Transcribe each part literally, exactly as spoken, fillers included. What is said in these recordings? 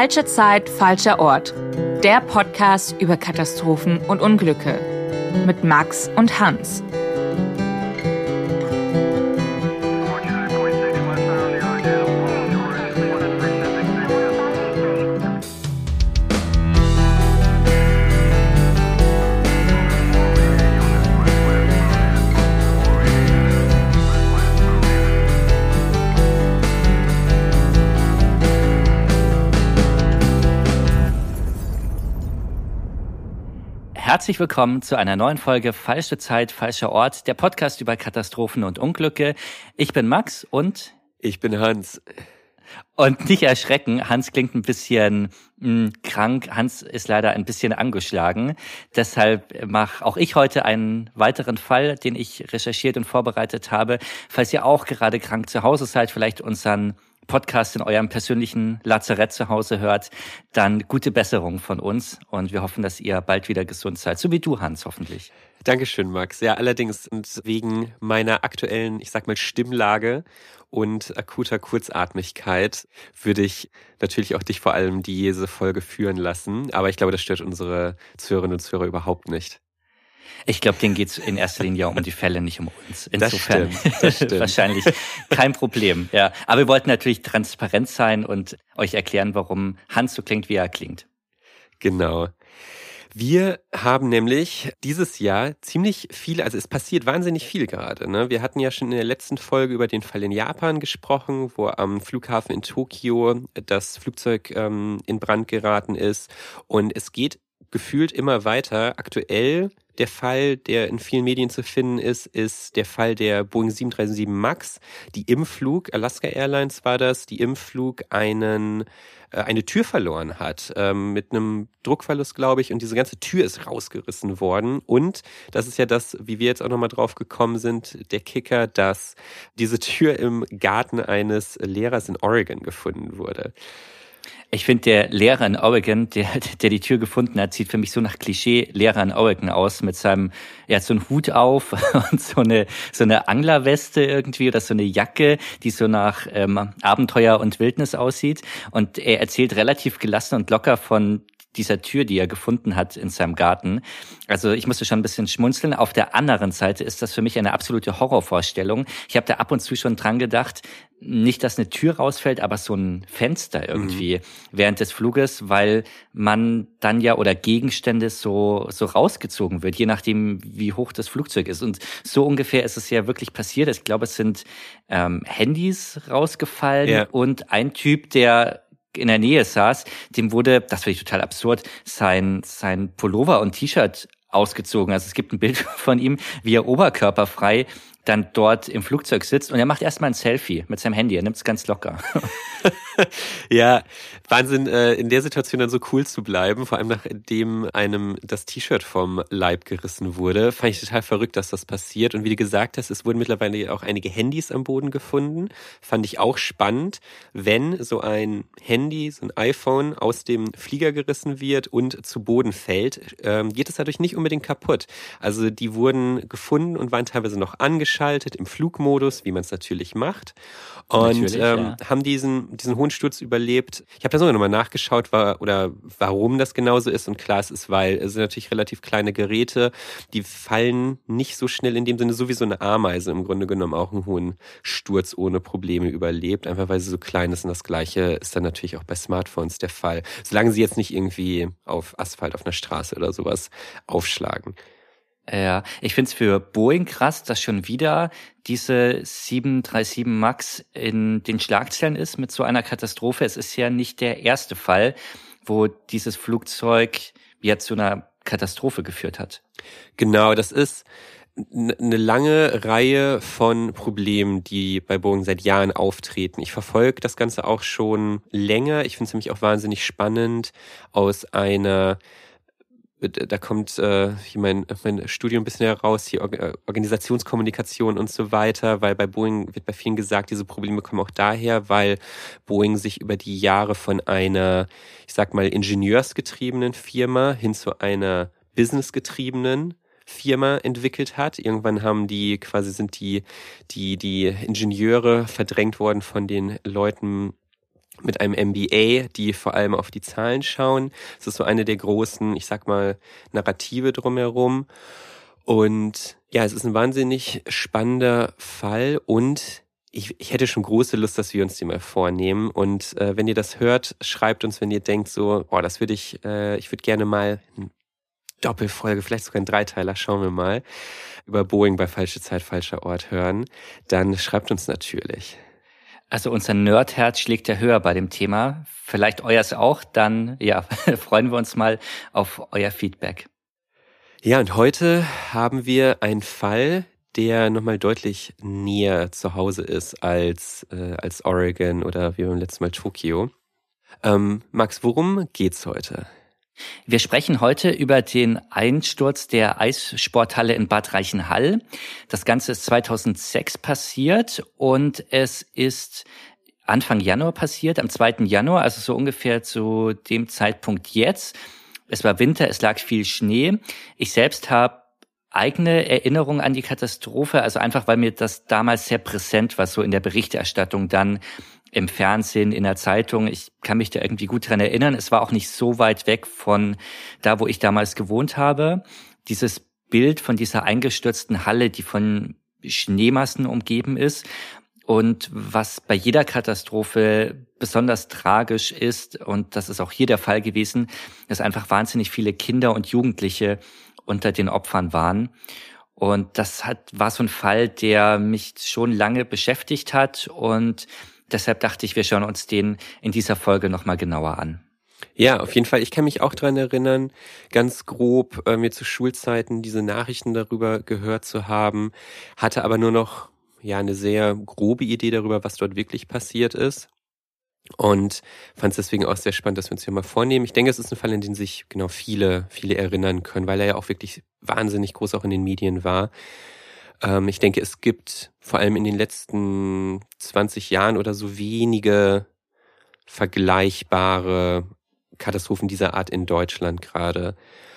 Falsche Zeit, falscher Ort. Der Podcast über Katastrophen und Unglücke. Mit Max und Hans. Herzlich willkommen zu einer neuen Folge Falsche Zeit, falscher Ort, der Podcast über Katastrophen und Unglücke. Ich bin Max und... Ich bin Hans. Und nicht erschrecken, Hans klingt ein bisschen mh, krank, Hans ist leider ein bisschen angeschlagen. Deshalb mache auch ich heute einen weiteren Fall, den ich recherchiert und vorbereitet habe. Falls ihr auch gerade krank zu Hause seid, vielleicht unseren Podcast in eurem persönlichen Lazarett zu Hause hört, dann gute Besserung von uns und wir hoffen, dass ihr bald wieder gesund seid, so wie du, Hans, hoffentlich. Dankeschön, Max. Ja, allerdings wegen meiner aktuellen, ich sag mal, Stimmlage und akuter Kurzatmigkeit würde ich natürlich auch dich vor allem diese Folge führen lassen, aber ich glaube, das stört unsere Zuhörerinnen und Zuhörer überhaupt nicht. Ich glaube, denen geht's in erster Linie um die Fälle, nicht um uns. Insofern das stimmt, das stimmt. Wahrscheinlich kein Problem. Ja, aber wir wollten natürlich transparent sein und euch erklären, warum Hans so klingt, wie er klingt. Genau. Wir haben nämlich dieses Jahr ziemlich viel, also es passiert wahnsinnig viel gerade, ne? Wir hatten ja schon in der letzten Folge über den Fall in Japan gesprochen, wo am Flughafen in Tokio das Flugzeug ähm, in Brand geraten ist und es geht gefühlt immer weiter. Aktuell der Fall, der in vielen Medien zu finden ist, ist der Fall der Boeing sieben drei sieben Max, die im Flug, Alaska Airlines war das, die im Flug einen äh, eine Tür verloren hat, ähm, mit einem Druckverlust, glaube ich, und diese ganze Tür ist rausgerissen worden. Und das ist ja das, wie wir jetzt auch nochmal drauf gekommen sind, der Kicker, dass diese Tür im Garten eines Lehrers in Oregon gefunden wurde. Ich finde, der Lehrer in Oregon, der, der die Tür gefunden hat, sieht für mich so nach Klischee-Lehrer in Oregon aus, mit seinem, er hat so einen Hut auf und so eine, so eine Anglerweste irgendwie oder so eine Jacke, die so nach ähm, Abenteuer und Wildnis aussieht. Und er erzählt relativ gelassen und locker von dieser Tür, die er gefunden hat in seinem Garten. Also ich musste schon ein bisschen schmunzeln. Auf der anderen Seite ist das für mich eine absolute Horrorvorstellung. Ich habe da ab und zu schon dran gedacht, nicht, dass eine Tür rausfällt, aber so ein Fenster irgendwie mhm. während des Fluges, weil man dann ja oder Gegenstände so so rausgezogen wird, je nachdem, wie hoch das Flugzeug ist. Und so ungefähr ist es ja wirklich passiert. Ich glaube, es sind ähm, Handys rausgefallen ja. Und ein Typ, der in der Nähe saß, dem wurde, das finde ich total absurd, sein sein Pullover und T-Shirt ausgezogen. Also es gibt ein Bild von ihm, wie er oberkörperfrei dann dort im Flugzeug sitzt und er macht erstmal ein Selfie mit seinem Handy, er nimmt es ganz locker. Ja, Wahnsinn, äh, in der Situation dann so cool zu bleiben, vor allem nachdem einem das T-Shirt vom Leib gerissen wurde, fand ich total verrückt, dass das passiert. Und wie du gesagt hast, es wurden mittlerweile auch einige Handys am Boden gefunden, fand ich auch spannend, wenn so ein Handy, so ein iPhone aus dem Flieger gerissen wird und zu Boden fällt, ähm, geht es dadurch nicht unbedingt kaputt. Also die wurden gefunden und waren teilweise noch angeschaltet im Flugmodus, wie man es natürlich macht. Und ähm, ja. haben diesen diesen hohen Sturz überlebt. Ich habe da sogar nochmal nachgeschaut, war, oder warum das genauso ist. Und klar, es ist, weil es sind natürlich relativ kleine Geräte, die fallen nicht so schnell in dem Sinne, so wie so eine Ameise im Grunde genommen auch einen hohen Sturz ohne Probleme überlebt, einfach weil sie so klein ist. Und das Gleiche ist dann natürlich auch bei Smartphones der Fall. Solange sie jetzt nicht irgendwie auf Asphalt auf einer Straße oder sowas aufschlagen. Ja, ich find's für Boeing krass, dass schon wieder diese sieben drei sieben Max in den Schlagzeilen ist mit so einer Katastrophe. Es ist ja nicht der erste Fall, wo dieses Flugzeug ja zu einer Katastrophe geführt hat. Genau, das ist eine lange Reihe von Problemen, die bei Boeing seit Jahren auftreten. Ich verfolge das Ganze auch schon länger. Ich finde es nämlich auch wahnsinnig spannend aus einer Da kommt äh, mein, mein Studium ein bisschen heraus, hier Organisationskommunikation und so weiter, weil bei Boeing wird bei vielen gesagt, diese Probleme kommen auch daher, weil Boeing sich über die Jahre von einer, ich sag mal, ingenieursgetriebenen Firma hin zu einer businessgetriebenen Firma entwickelt hat. Irgendwann haben die, quasi sind die, die, die Ingenieure verdrängt worden von den Leuten mit einem M B A, die vor allem auf die Zahlen schauen. Es ist so eine der großen, ich sag mal, Narrative drumherum. Und ja, es ist ein wahnsinnig spannender Fall und ich, ich hätte schon große Lust, dass wir uns die mal vornehmen. Und äh, wenn ihr das hört, schreibt uns, wenn ihr denkt so, boah, das würde ich, äh, ich würde gerne mal eine Doppelfolge, vielleicht sogar ein Dreiteiler, schauen wir mal, über Boeing bei Falsche Zeit, falscher Ort hören. Dann schreibt uns natürlich. Also unser Nerdherz schlägt ja höher bei dem Thema. Vielleicht euers auch. Dann ja, freuen wir uns mal auf euer Feedback. Ja, und heute haben wir einen Fall, der nochmal deutlich näher zu Hause ist als äh, als Oregon oder wie beim letzten Mal Tokio. Ähm, Max, worum geht's heute? Wir sprechen heute über den Einsturz der Eissporthalle in Bad Reichenhall. Das Ganze ist zweitausendsechs passiert und es ist Anfang Januar passiert, am zweiten Januar, also so ungefähr zu dem Zeitpunkt jetzt. Es war Winter, es lag viel Schnee. Ich selbst habe eigene Erinnerungen an die Katastrophe, also einfach, weil mir das damals sehr präsent war, so in der Berichterstattung dann im Fernsehen, in der Zeitung. Ich kann mich da irgendwie gut dran erinnern. Es war auch nicht so weit weg von da, wo ich damals gewohnt habe. Dieses Bild von dieser eingestürzten Halle, die von Schneemassen umgeben ist. Und was bei jeder Katastrophe besonders tragisch ist, und das ist auch hier der Fall gewesen, dass einfach wahnsinnig viele Kinder und Jugendliche unter den Opfern waren. Und das hat, war so ein Fall, der mich schon lange beschäftigt hat. Und deshalb dachte ich, wir schauen uns den in dieser Folge nochmal genauer an. Ja, auf jeden Fall. Ich kann mich auch dran erinnern, ganz grob äh, mir zu Schulzeiten diese Nachrichten darüber gehört zu haben, hatte aber nur noch ja eine sehr grobe Idee darüber, was dort wirklich passiert ist. Und fand es deswegen auch sehr spannend, dass wir uns hier mal vornehmen. Ich denke, es ist ein Fall, in den sich genau viele, viele erinnern können, weil er ja auch wirklich wahnsinnig groß auch in den Medien war. Ähm, ich denke, es gibt vor allem in den letzten zwanzig Jahren oder so wenige vergleichbare Katastrophen dieser Art in Deutschland gerade.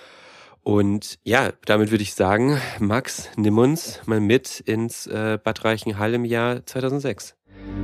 Und ja, damit würde ich sagen, Max, nimm uns mal mit ins äh, Bad Reichenhall im Jahr zweitausendsechs.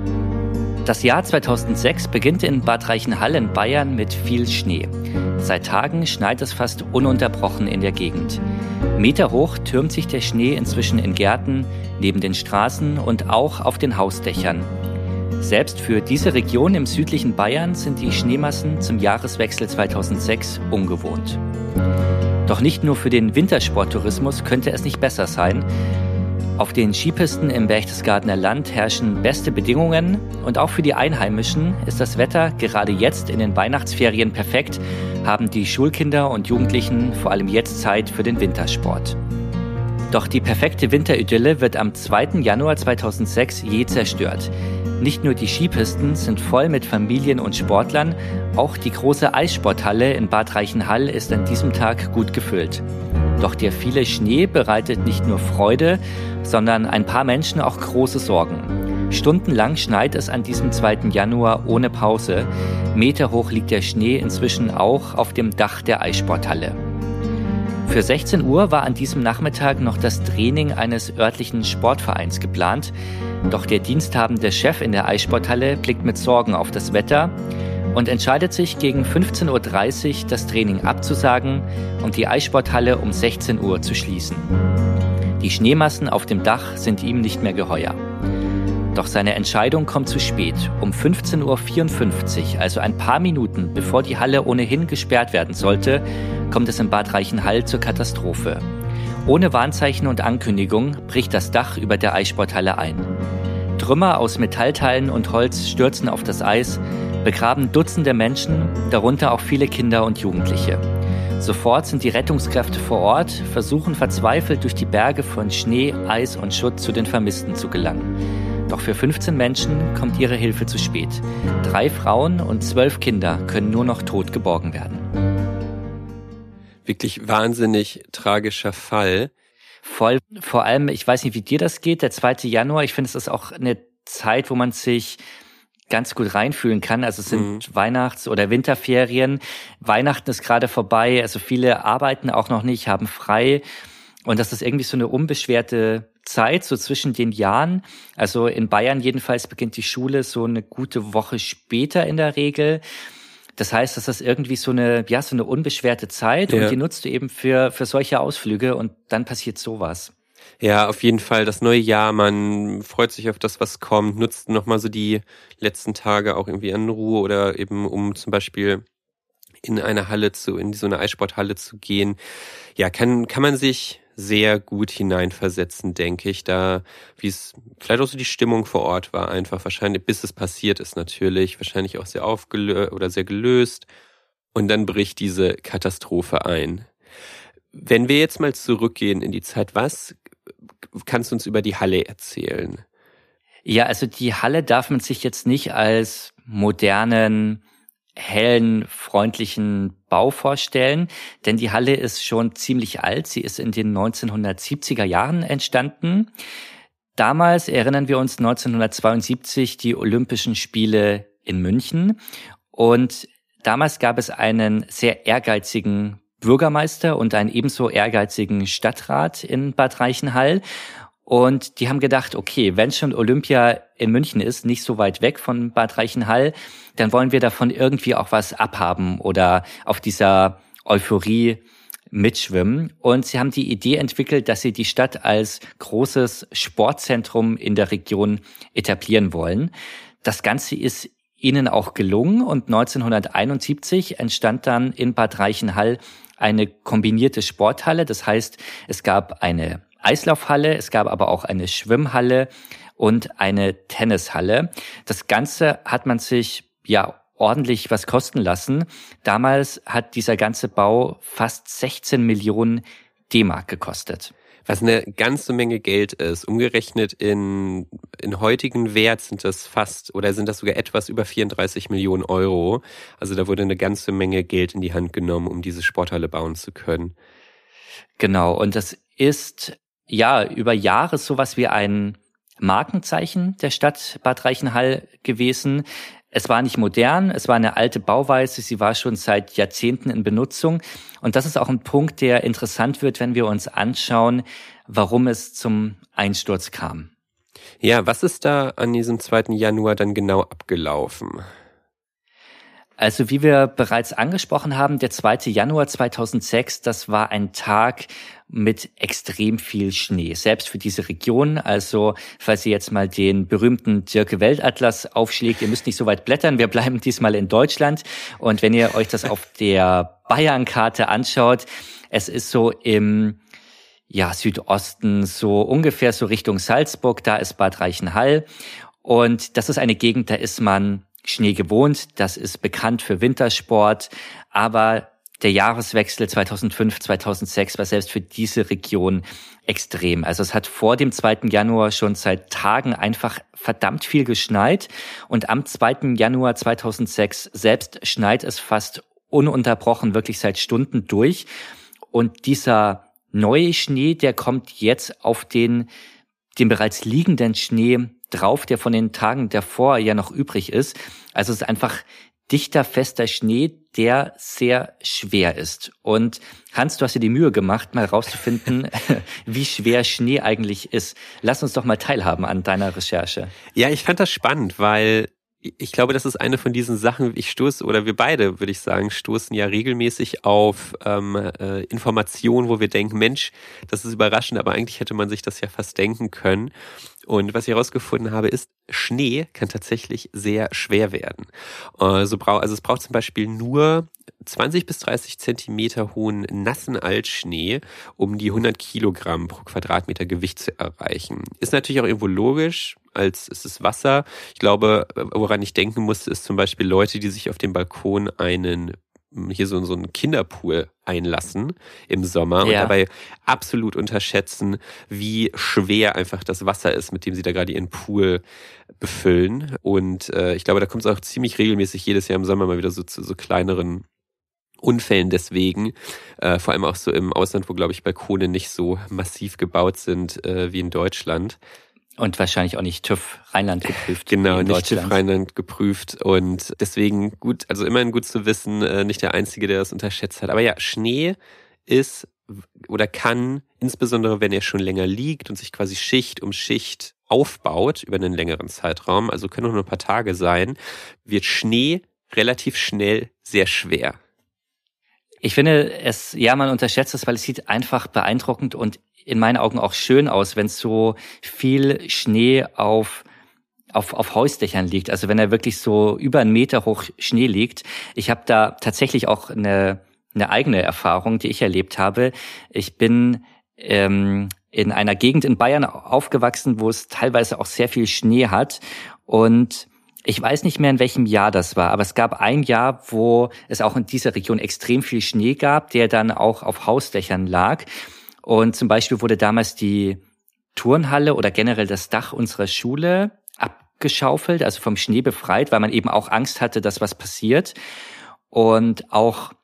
Das Jahr zweitausendsechs beginnt in Bad Reichenhall in Bayern mit viel Schnee. Seit Tagen schneit es fast ununterbrochen in der Gegend. Meterhoch türmt sich der Schnee inzwischen in Gärten, neben den Straßen und auch auf den Hausdächern. Selbst für diese Region im südlichen Bayern sind die Schneemassen zum Jahreswechsel zweitausendsechs ungewohnt. Doch nicht nur für den Wintersporttourismus könnte es nicht besser sein. Auf den Skipisten im Berchtesgadener Land herrschen beste Bedingungen und auch für die Einheimischen ist das Wetter gerade jetzt in den Weihnachtsferien perfekt, haben die Schulkinder und Jugendlichen vor allem jetzt Zeit für den Wintersport. Doch die perfekte Winteridylle wird am zweiten Januar zweitausendsechs jäh zerstört. Nicht nur die Skipisten sind voll mit Familien und Sportlern, auch die große Eissporthalle in Bad Reichenhall ist an diesem Tag gut gefüllt. Doch der viele Schnee bereitet nicht nur Freude, sondern ein paar Menschen auch große Sorgen. Stundenlang schneit es an diesem zweiten Januar ohne Pause. Meterhoch liegt der Schnee inzwischen auch auf dem Dach der Eissporthalle. Für sechzehn Uhr war an diesem Nachmittag noch das Training eines örtlichen Sportvereins geplant. Doch der diensthabende Chef in der Eissporthalle blickt mit Sorgen auf das Wetter und entscheidet sich, gegen fünfzehn Uhr dreißig das Training abzusagen und die Eissporthalle um sechzehn Uhr zu schließen. Die Schneemassen auf dem Dach sind ihm nicht mehr geheuer. Doch seine Entscheidung kommt zu spät. Um fünfzehn Uhr vierundfünfzig, also ein paar Minuten bevor die Halle ohnehin gesperrt werden sollte, kommt es in Bad Reichenhall zur Katastrophe. Ohne Warnzeichen und Ankündigung bricht das Dach über der Eissporthalle ein. Trümmer aus Metallteilen und Holz stürzen auf das Eis, begraben Dutzende Menschen, darunter auch viele Kinder und Jugendliche. Sofort sind die Rettungskräfte vor Ort, versuchen verzweifelt durch die Berge von Schnee, Eis und Schutt zu den Vermissten zu gelangen. Doch für fünfzehn Menschen kommt ihre Hilfe zu spät. Drei Frauen und zwölf Kinder können nur noch tot geborgen werden. Wirklich wahnsinnig tragischer Fall. Voll, vor allem, ich weiß nicht, wie dir das geht, der zweite Januar, ich finde, es ist auch eine Zeit, wo man sich ganz gut reinfühlen kann. Also es sind mhm. Weihnachts- oder Winterferien. Weihnachten ist gerade vorbei, also viele arbeiten auch noch nicht, haben frei. Und das ist irgendwie so eine unbeschwerte Zeit, so zwischen den Jahren. Also in Bayern jedenfalls beginnt die Schule so eine gute Woche später in der Regel. Das heißt, das ist irgendwie so eine, ja, so eine unbeschwerte Zeit ja. und die nutzt du eben für, für solche Ausflüge und dann passiert sowas. Ja, auf jeden Fall. Das neue Jahr, man freut sich auf das, was kommt, nutzt nochmal so die letzten Tage auch irgendwie an Ruhe oder eben um zum Beispiel in eine Halle zu, in so eine Eissporthalle zu gehen. Ja, kann, kann man sich sehr gut hineinversetzen, denke ich, da, wie es vielleicht auch so die Stimmung vor Ort war, einfach wahrscheinlich, bis es passiert ist natürlich, wahrscheinlich auch sehr aufgelöst oder sehr gelöst und dann bricht diese Katastrophe ein. Wenn wir jetzt mal zurückgehen in die Zeit, was kannst du uns über die Halle erzählen? Ja, also die Halle darf man sich jetzt nicht als modernen, hellen, freundlichen Bau vorstellen, denn die Halle ist schon ziemlich alt. Sie ist in den neunzehnhundertsiebziger Jahren entstanden. Damals erinnern wir uns neunzehnhundertzweiundsiebzig die Olympischen Spiele in München und damals gab es einen sehr ehrgeizigen Bürgermeister und einen ebenso ehrgeizigen Stadtrat in Bad Reichenhall. Und die haben gedacht, okay, wenn schon Olympia in München ist, nicht so weit weg von Bad Reichenhall, dann wollen wir davon irgendwie auch was abhaben oder auf dieser Euphorie mitschwimmen. Und sie haben die Idee entwickelt, dass sie die Stadt als großes Sportzentrum in der Region etablieren wollen. Das Ganze ist ihnen auch gelungen und neunzehnhunderteinundsiebzig entstand dann in Bad Reichenhall eine kombinierte Sporthalle. Das heißt, es gab eine Eislaufhalle, es gab aber auch eine Schwimmhalle und eine Tennishalle. Das Ganze hat man sich ja ordentlich was kosten lassen. Damals hat dieser ganze Bau fast sechzehn Millionen D-Mark gekostet. Was eine ganze Menge Geld ist. Umgerechnet in, in heutigen Wert sind das fast, oder sind das sogar etwas über vierunddreißig Millionen Euro. Also da wurde eine ganze Menge Geld in die Hand genommen, um diese Sporthalle bauen zu können. Genau, und das ist ja über Jahre sowas wie ein Markenzeichen der Stadt Bad Reichenhall gewesen. Es war nicht modern, es war eine alte Bauweise, sie war schon seit Jahrzehnten in Benutzung. Und das ist auch ein Punkt, der interessant wird, wenn wir uns anschauen, warum es zum Einsturz kam. Ja, was ist da an diesem zweiten Januar dann genau abgelaufen? Also wie wir bereits angesprochen haben, der zweite Januar zweitausendsechs, das war ein Tag mit extrem viel Schnee, selbst für diese Region. Also falls ihr jetzt mal den berühmten Dirke-Weltatlas aufschlägt, ihr müsst nicht so weit blättern, wir bleiben diesmal in Deutschland. Und wenn ihr euch das auf der Bayernkarte anschaut, es ist so im ja Südosten, so ungefähr so Richtung Salzburg, da ist Bad Reichenhall. Und das ist eine Gegend, da ist man Schnee gewohnt, das ist bekannt für Wintersport, aber der Jahreswechsel zweitausendfünf zweitausendsechs war selbst für diese Region extrem. Also es hat vor dem zweiten Januar schon seit Tagen einfach verdammt viel geschneit und am zweiten Januar zweitausendsechs selbst schneit es fast ununterbrochen, wirklich seit Stunden durch. Und dieser neue Schnee, der kommt jetzt auf den, den bereits liegenden Schnee drauf, der von den Tagen davor ja noch übrig ist. Also es ist einfach dichter, fester Schnee, der sehr schwer ist. Und Hans, du hast dir die Mühe gemacht, mal rauszufinden, wie schwer Schnee eigentlich ist. Lass uns doch mal teilhaben an deiner Recherche. Ja, ich fand das spannend, weil ich glaube, das ist eine von diesen Sachen, ich stoße, oder wir beide, würde ich sagen, stoßen ja regelmäßig auf ähm, äh, Informationen, wo wir denken, Mensch, das ist überraschend, aber eigentlich hätte man sich das ja fast denken können. Und was ich herausgefunden habe, ist, Schnee kann tatsächlich sehr schwer werden. Also, also es braucht zum Beispiel nur zwanzig bis dreißig Zentimeter hohen nassen Altschnee, um die hundert Kilogramm pro Quadratmeter Gewicht zu erreichen. Ist natürlich auch irgendwo logisch, als es ist Wasser. Ich glaube, woran ich denken musste, ist zum Beispiel Leute, die sich auf dem Balkon einen hier so, so einen Kinderpool einlassen im Sommer ja. und dabei absolut unterschätzen, wie schwer einfach das Wasser ist, mit dem sie da gerade ihren Pool befüllen. Und äh, ich glaube, da kommt es auch ziemlich regelmäßig jedes Jahr im Sommer mal wieder so zu so kleineren Unfällen deswegen, äh, vor allem auch so im Ausland, wo, glaube ich, Balkone nicht so massiv gebaut sind äh, wie in Deutschland. Und wahrscheinlich auch nicht TÜV Rheinland geprüft. Genau, nicht TÜV Rheinland geprüft. Und deswegen gut, also immerhin gut zu wissen, äh, nicht der Einzige, der das unterschätzt hat. Aber ja, Schnee ist oder kann, insbesondere wenn er schon länger liegt und sich quasi Schicht um Schicht aufbaut über einen längeren Zeitraum, also können auch nur ein paar Tage sein, wird Schnee relativ schnell sehr schwer. Ich finde es, ja, man unterschätzt es, weil es sieht einfach beeindruckend und in meinen Augen auch schön aus, wenn so viel Schnee auf auf auf Hausdächern liegt. Also wenn er wirklich so über einen Meter hoch Schnee liegt. Ich habe da tatsächlich auch eine eine eigene Erfahrung, die ich erlebt habe. Ich bin ähm, in einer Gegend in Bayern aufgewachsen, wo es teilweise auch sehr viel Schnee hat und ich weiß nicht mehr, in welchem Jahr das war, aber es gab ein Jahr, wo es auch in dieser Region extrem viel Schnee gab, der dann auch auf Hausdächern lag. Und zum Beispiel wurde damals die Turnhalle oder generell das Dach unserer Schule abgeschaufelt, also vom Schnee befreit, weil man eben auch Angst hatte, dass was passiert. Und auch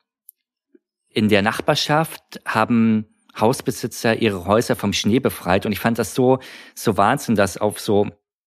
in der Nachbarschaft haben Hausbesitzer ihre Häuser vom Schnee befreit. Und ich fand das so, so Wahnsinn, dass auf so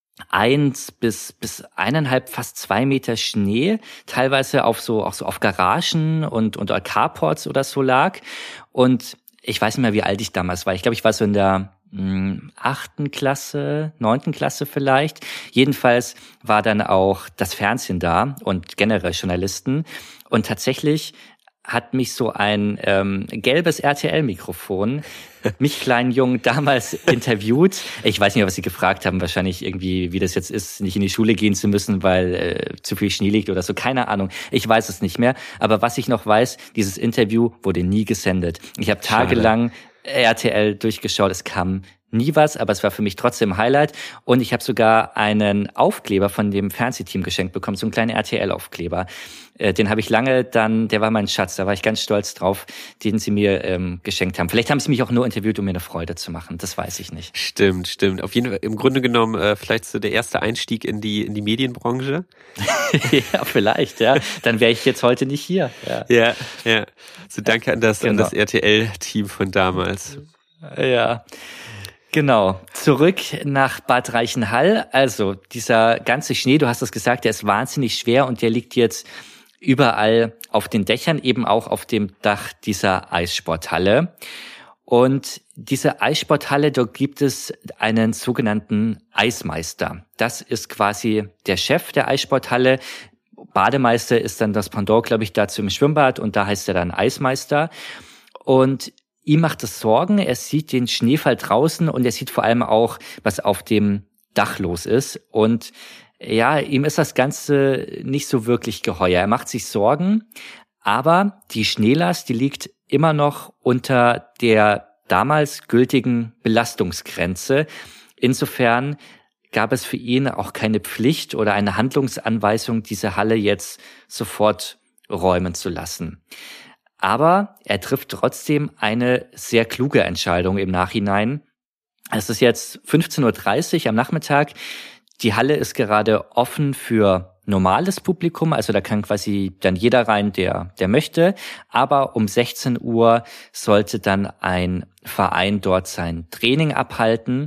eins bis, bis eineinhalb, fast zwei Meter Schnee, teilweise auf so, auch so auf Garagen und, und Carports oder so lag. Und ich weiß nicht mehr, wie alt ich damals war. Ich glaube, ich war so in der mh, achten Klasse, neunten Klasse vielleicht. Jedenfalls war dann auch das Fernsehen da und generell Journalisten. Und tatsächlich hat mich so ein ähm, gelbes R T L-Mikrofon, mich kleinen Jungen, damals interviewt. Ich weiß nicht, was sie gefragt haben. Wahrscheinlich irgendwie, wie das jetzt ist, nicht in die Schule gehen zu müssen, weil äh, zu viel Schnee liegt oder so. Keine Ahnung. Ich weiß es nicht mehr. Aber was ich noch weiß, dieses Interview wurde nie gesendet. Ich habe tagelang R T L durchgeschaut. Es kam nie was, aber es war für mich trotzdem ein Highlight. Und ich habe sogar einen Aufkleber von dem Fernsehteam geschenkt bekommen, so einen kleinen R T L-Aufkleber. Äh, den habe ich lange dann, der war mein Schatz, da war ich ganz stolz drauf, den sie mir ähm, geschenkt haben. Vielleicht haben sie mich auch nur interviewt, um mir eine Freude zu machen, das weiß ich nicht. Stimmt, stimmt. Auf jeden Fall, im Grunde genommen, äh, vielleicht so der erste Einstieg in die in die Medienbranche. Ja, vielleicht, ja. Dann wäre ich jetzt heute nicht hier. Ja, ja. ja. So danke an das, genau. an das R T L-Team von damals. Ja. Genau. Zurück nach Bad Reichenhall. Also dieser ganze Schnee, du hast es gesagt, der ist wahnsinnig schwer und der liegt jetzt überall auf den Dächern, eben auch auf dem Dach dieser Eissporthalle. Und diese Eissporthalle, dort gibt es einen sogenannten Eismeister. Das ist quasi der Chef der Eissporthalle. Bademeister ist dann das Pendant, glaube ich, dazu im Schwimmbad und da heißt er dann Eismeister. Und ihm macht es Sorgen, er sieht den Schneefall draußen und er sieht vor allem auch, was auf dem Dach los ist. Und ja, ihm ist das Ganze nicht so wirklich geheuer. Er macht sich Sorgen, aber die Schneelast, die liegt immer noch unter der damals gültigen Belastungsgrenze. Insofern gab es für ihn auch keine Pflicht oder eine Handlungsanweisung, diese Halle jetzt sofort räumen zu lassen. Aber er trifft trotzdem eine sehr kluge Entscheidung im Nachhinein. Es ist jetzt fünfzehn Uhr dreißig am Nachmittag. Die Halle ist gerade offen für normales Publikum, also da kann quasi dann jeder rein, der der möchte. Aber um sechzehn Uhr sollte dann ein Verein dort sein Training abhalten.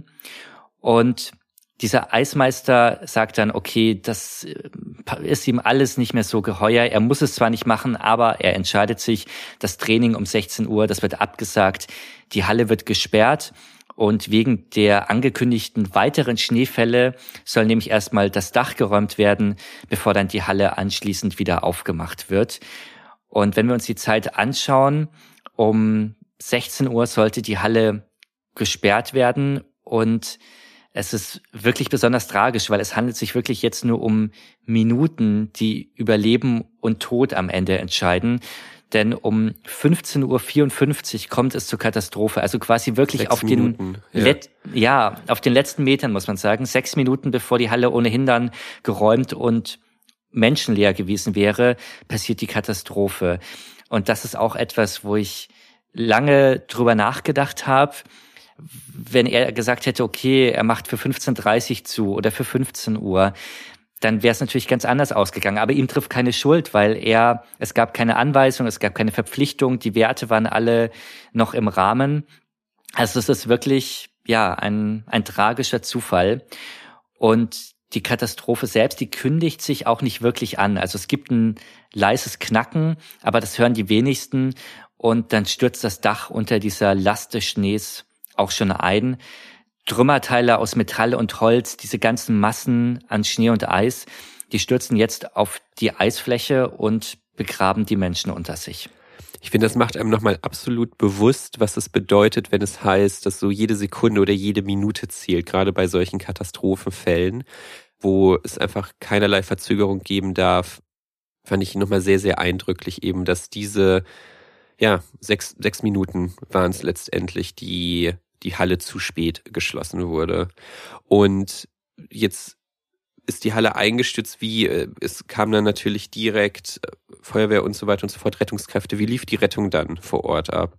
Und dieser Eismeister sagt dann, okay, das ist ihm alles nicht mehr so geheuer. Er muss es zwar nicht machen, aber er entscheidet sich, das Training um sechzehn Uhr, das wird abgesagt. Die Halle wird gesperrt und wegen der angekündigten weiteren Schneefälle soll nämlich erstmal das Dach geräumt werden, bevor dann die Halle anschließend wieder aufgemacht wird. Und wenn wir uns die Zeit anschauen, um sechzehn Uhr sollte die Halle gesperrt werden und es ist wirklich besonders tragisch, weil es handelt sich wirklich jetzt nur um Minuten, die über Leben und Tod am Ende entscheiden. Denn um fünfzehn Uhr vierundfünfzig kommt es zur Katastrophe. Also quasi wirklich Sechs auf den Minuten, ja. Let- ja, auf den letzten Metern, muss man sagen. Sechs Minuten, bevor die Halle ohnehin dann geräumt und menschenleer gewesen wäre, passiert die Katastrophe. Und das ist auch etwas, wo ich lange drüber nachgedacht habe. Wenn er gesagt hätte, okay, er macht für fünfzehn Uhr dreißig zu oder für fünfzehn Uhr, dann wäre es natürlich ganz anders ausgegangen. Aber ihm trifft keine Schuld, weil er, es gab keine Anweisung, es gab keine Verpflichtung, die Werte waren alle noch im Rahmen. Also es ist wirklich, ja, ein, ein tragischer Zufall. Und die Katastrophe selbst, die kündigt sich auch nicht wirklich an. Also es gibt ein leises Knacken, aber das hören die wenigsten. und dann stürzt das Dach unter dieser Last des Schnees auch schon ein. Trümmerteile aus Metall und Holz, diese ganzen Massen an Schnee und Eis, die stürzen jetzt auf die Eisfläche und begraben die Menschen unter sich. Ich finde, das macht einem nochmal absolut bewusst, was es bedeutet, wenn es heißt, dass so jede Sekunde oder jede Minute zählt, gerade bei solchen Katastrophenfällen, wo es einfach keinerlei Verzögerung geben darf. Fand ich nochmal sehr, sehr eindrücklich eben, dass diese, ja, sechs, sechs Minuten waren es letztendlich, die die Halle zu spät geschlossen wurde. Und jetzt ist die Halle eingestürzt, wie, es kam dann natürlich direkt Feuerwehr und so weiter und so fort, Rettungskräfte. Wie lief die Rettung dann vor Ort ab?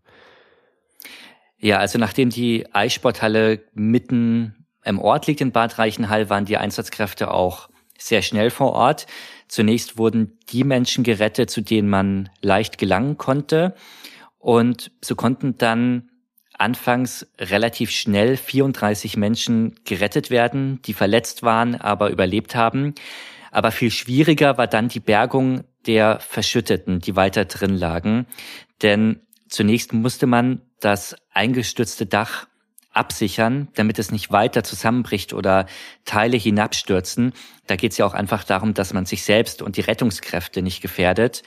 Ja, also nachdem die Eissporthalle mitten im Ort liegt in Bad Reichenhall, waren die Einsatzkräfte auch sehr schnell vor Ort. Zunächst wurden die Menschen gerettet, zu denen man leicht gelangen konnte. Und so konnten dann anfangs relativ schnell vierunddreißig Menschen gerettet werden, die verletzt waren, aber überlebt haben. Aber viel schwieriger war dann die Bergung der Verschütteten, die weiter drin lagen. Denn zunächst musste man das eingestürzte Dach absichern, damit es nicht weiter zusammenbricht oder Teile hinabstürzen. Da geht es ja auch einfach darum, dass man sich selbst und die Rettungskräfte nicht gefährdet.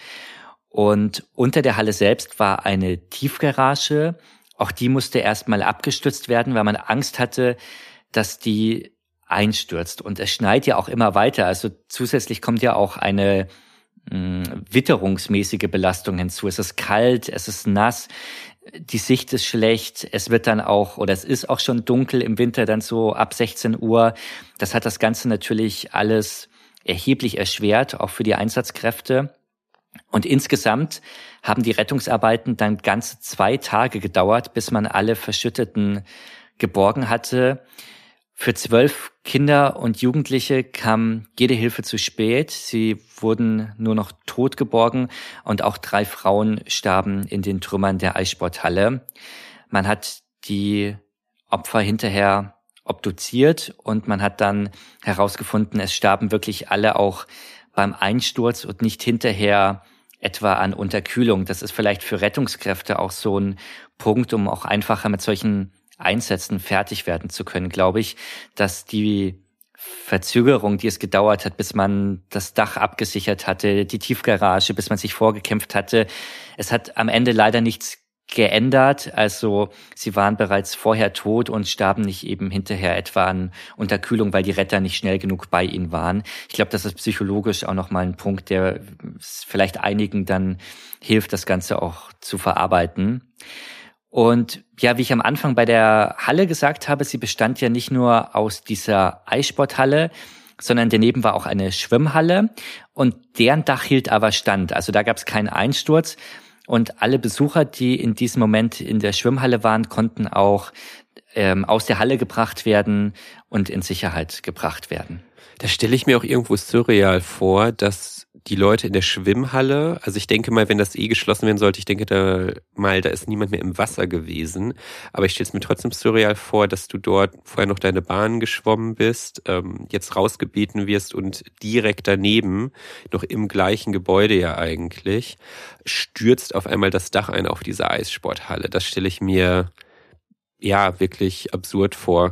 Und unter der Halle selbst war eine Tiefgarage. Auch die musste erstmal abgestützt werden, weil man Angst hatte, dass die einstürzt. Und es schneit ja auch immer weiter. Also zusätzlich kommt ja auch eine mh, witterungsmäßige Belastung hinzu. Es ist kalt, es ist nass, die Sicht ist schlecht. Es wird dann auch, oder es ist auch schon dunkel im Winter, dann so ab sechzehn Uhr. Das hat das Ganze natürlich alles erheblich erschwert, auch für die Einsatzkräfte. Und insgesamt haben die Rettungsarbeiten dann ganze zwei Tage gedauert, bis man alle Verschütteten geborgen hatte. Für zwölf Kinder und Jugendliche kam jede Hilfe zu spät. Sie wurden nur noch tot geborgen und auch drei Frauen starben in den Trümmern der Eissporthalle. Man hat die Opfer hinterher obduziert und man hat dann herausgefunden, es starben wirklich alle auch beim Einsturz und nicht hinterher etwa an Unterkühlung. Das ist vielleicht für Rettungskräfte auch so ein Punkt, um auch einfacher mit solchen Einsätzen fertig werden zu können, glaube ich, dass die Verzögerung, die es gedauert hat, bis man das Dach abgesichert hatte, die Tiefgarage, bis man sich vorgekämpft hatte, es hat am Ende leider nichts geändert. Also sie waren bereits vorher tot und starben nicht eben hinterher etwa an Unterkühlung, weil die Retter nicht schnell genug bei ihnen waren. Ich glaube, das ist psychologisch auch nochmal ein Punkt, der vielleicht einigen dann hilft, das Ganze auch zu verarbeiten. Und ja, wie ich am Anfang bei der Halle gesagt habe, sie bestand ja nicht nur aus dieser Eissporthalle, sondern daneben war auch eine Schwimmhalle und deren Dach hielt aber stand. Also da gab es keinen Einsturz. Und alle Besucher, die in diesem Moment in der Schwimmhalle waren, konnten auch ähm, aus der Halle gebracht werden und in Sicherheit gebracht werden. Da stelle ich mir auch irgendwo surreal vor, dass die Leute in der Schwimmhalle, also ich denke mal, wenn das eh geschlossen werden sollte, ich denke da mal, da ist niemand mehr im Wasser gewesen, aber ich stelle es mir trotzdem surreal vor, dass du dort vorher noch deine Bahn geschwommen bist, ähm, jetzt rausgebeten wirst und direkt daneben, noch im gleichen Gebäude ja eigentlich, stürzt auf einmal das Dach ein auf diese Eissporthalle. Das stelle ich mir ja wirklich absurd vor.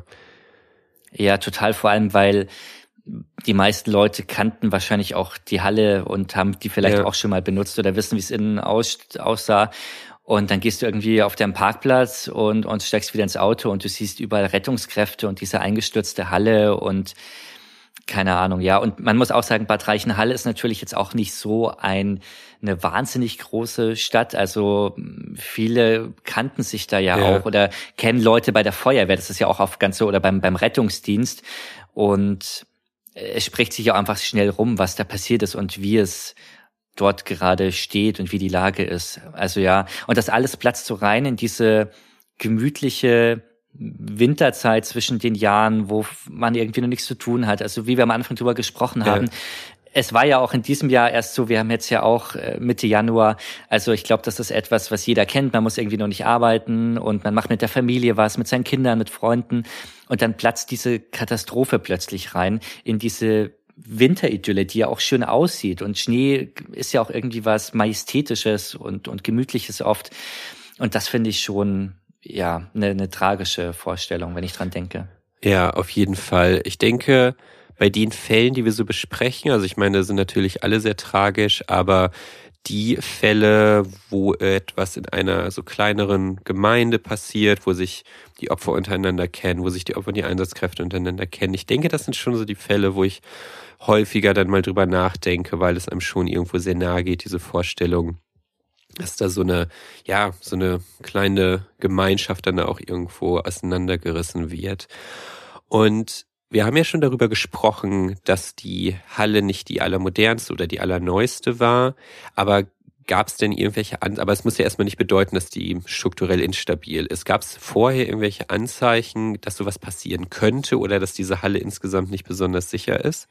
Ja, total, vor allem, weil die meisten Leute kannten wahrscheinlich auch die Halle und haben die vielleicht ja. auch schon mal benutzt oder wissen, wie es innen aus, aussah. Und dann gehst du irgendwie auf deinen Parkplatz und, und steigst wieder ins Auto und du siehst überall Rettungskräfte und diese eingestürzte Halle und keine Ahnung, ja. Und man muss auch sagen, Bad Reichenhall ist natürlich jetzt auch nicht so ein, eine wahnsinnig große Stadt. Also viele kannten sich da ja, ja auch oder kennen Leute bei der Feuerwehr. Das ist ja auch auf ganz so, oder beim, beim Rettungsdienst. Und es spricht sich auch einfach schnell rum, was da passiert ist und wie es dort gerade steht und wie die Lage ist. Also ja, und das alles platzt so rein in diese gemütliche Winterzeit zwischen den Jahren, wo man irgendwie noch nichts zu tun hat. Also wie wir am Anfang drüber gesprochen haben. Ja. Es war ja auch in diesem Jahr erst so, wir haben jetzt ja auch Mitte Januar, also ich glaube, das ist etwas, was jeder kennt, man muss irgendwie noch nicht arbeiten und man macht mit der Familie was, mit seinen Kindern, mit Freunden und dann platzt diese Katastrophe plötzlich rein in diese Winteridylle, die ja auch schön aussieht. Und Schnee ist ja auch irgendwie was Majestätisches und, und Gemütliches oft. Und das finde ich schon, ja, eine, eine tragische Vorstellung, wenn ich dran denke. Ja, auf jeden Fall. Ich denke, bei den Fällen, die wir so besprechen, also ich meine, sind natürlich alle sehr tragisch, aber die Fälle, wo etwas in einer so kleineren Gemeinde passiert, wo sich die Opfer untereinander kennen, wo sich die Opfer und die Einsatzkräfte untereinander kennen, ich denke, das sind schon so die Fälle, wo ich häufiger dann mal drüber nachdenke, weil es einem schon irgendwo sehr nahe geht, diese Vorstellung, dass da so eine, ja, so eine kleine Gemeinschaft dann auch irgendwo auseinandergerissen wird. Und wir haben ja schon darüber gesprochen, dass die Halle nicht die allermodernste oder die allerneueste war, aber gab es denn irgendwelche, An- aber es muss ja erstmal nicht bedeuten, dass die strukturell instabil ist. Gab es vorher irgendwelche Anzeichen, dass sowas passieren könnte oder dass diese Halle insgesamt nicht besonders sicher ist?